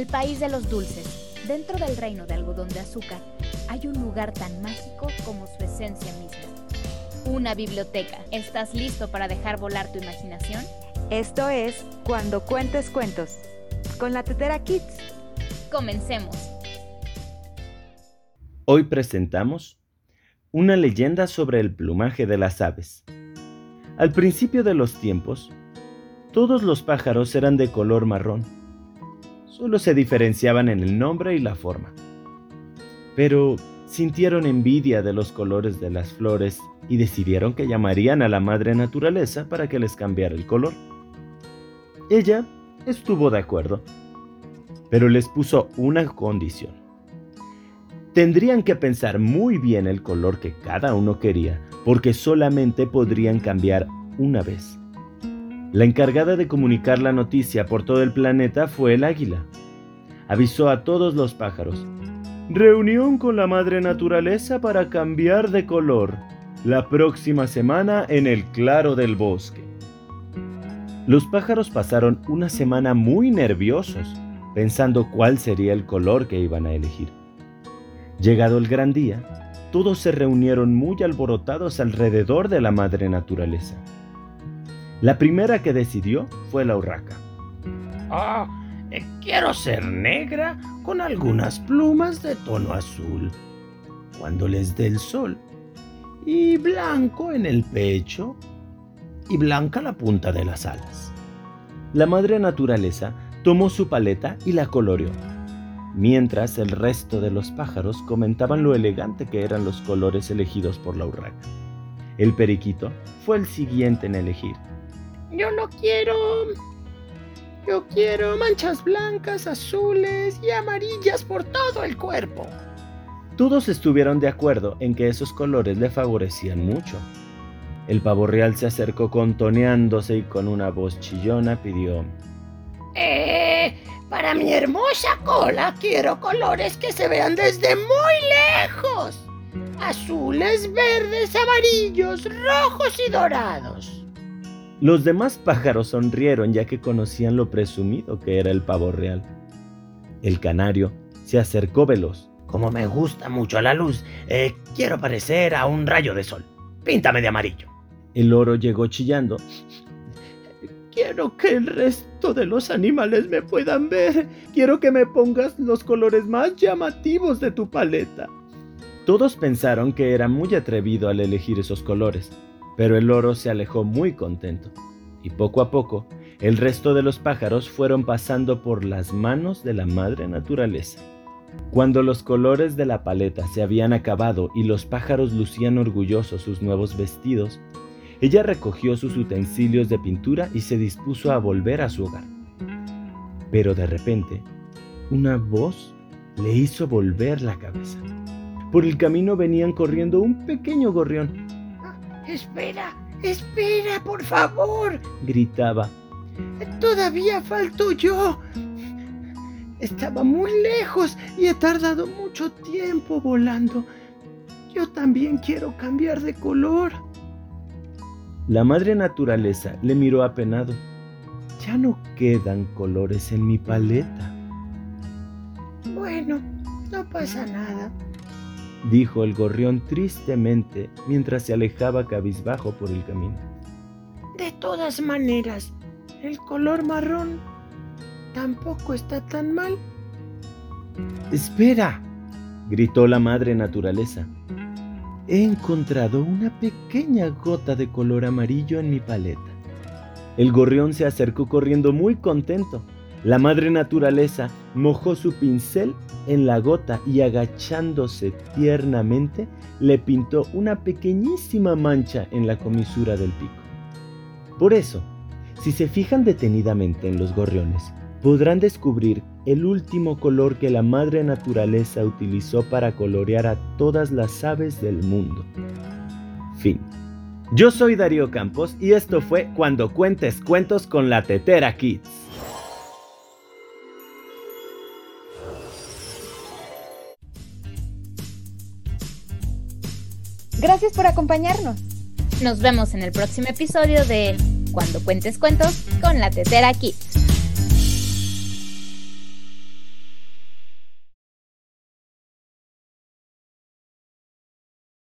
el país de los dulces, dentro del reino de algodón de azúcar, hay un lugar tan mágico como su esencia misma. Una biblioteca. ¿Estás listo para dejar volar tu imaginación? Esto es Cuando Cuentes Cuentos, con la Tetera Kids. Comencemos. Hoy presentamos una leyenda sobre el plumaje de las aves. Al principio de los tiempos, todos los pájaros eran de color marrón. Solo se diferenciaban en el nombre y la forma. Pero sintieron envidia de los colores de las flores y decidieron que llamarían a la madre naturaleza para que les cambiara el color. Ella estuvo de acuerdo, pero les puso una condición. Tendrían que pensar muy bien el color que cada uno quería, porque solamente podrían cambiar una vez. La encargada de comunicar la noticia por todo el planeta fue el águila. Avisó a todos los pájaros: reunión con la madre naturaleza para cambiar de color, la próxima semana en el claro del bosque. Los pájaros pasaron una semana muy nerviosos, pensando cuál sería el color que iban a elegir. Llegado el gran día, todos se reunieron muy alborotados alrededor de la madre naturaleza. La primera que decidió fue la urraca. Quiero ser negra con algunas plumas de tono azul cuando les dé el sol, y blanco en el pecho y blanca la punta de las alas. La madre naturaleza tomó su paleta y la coloreó, mientras el resto de los pájaros comentaban lo elegante que eran los colores elegidos por la urraca. El periquito fue el siguiente en elegir. Yo quiero manchas blancas, azules y amarillas por todo el cuerpo. Todos estuvieron de acuerdo en que esos colores le favorecían mucho. El pavo real se acercó contoneándose y con una voz chillona pidió: para mi hermosa cola quiero colores que se vean desde muy lejos. Azules, verdes, amarillos, rojos y dorados. Los demás pájaros sonrieron ya que conocían lo presumido que era el pavo real. El canario se acercó veloz. Como me gusta mucho la luz, quiero parecer a un rayo de sol. Píntame de amarillo. El loro llegó chillando. Quiero que el resto de los animales me puedan ver. Quiero que me pongas los colores más llamativos de tu paleta. Todos pensaron que era muy atrevido al elegir esos colores, pero el loro se alejó muy contento, y poco a poco, el resto de los pájaros fueron pasando por las manos de la madre naturaleza. Cuando los colores de la paleta se habían acabado y los pájaros lucían orgullosos sus nuevos vestidos, ella recogió sus utensilios de pintura y se dispuso a volver a su hogar. Pero de repente, una voz le hizo volver la cabeza. Por el camino venían corriendo un pequeño gorrión. Espera, por favor, gritaba. Todavía falto yo. Estaba muy lejos y he tardado mucho tiempo volando. Yo también quiero cambiar de color. La madre naturaleza le miró apenado. Ya no quedan colores en mi paleta. Bueno, no pasa nada, dijo el gorrión tristemente mientras se alejaba cabizbajo por el camino. De todas maneras, el color marrón tampoco está tan mal. ¡Espera!, gritó la madre naturaleza. He encontrado una pequeña gota de color amarillo en mi paleta. El gorrión se acercó corriendo muy contento. La madre naturaleza mojó su pincel en la gota y agachándose tiernamente, le pintó una pequeñísima mancha en la comisura del pico. Por eso, si se fijan detenidamente en los gorriones, podrán descubrir el último color que la madre naturaleza utilizó para colorear a todas las aves del mundo. Fin. Yo soy Darío Campos y esto fue Cuando Cuentes Cuentos con la Tetera Kids. Gracias por acompañarnos. Nos vemos en el próximo episodio de Cuando Cuentes Cuentos con la Tetera Kids.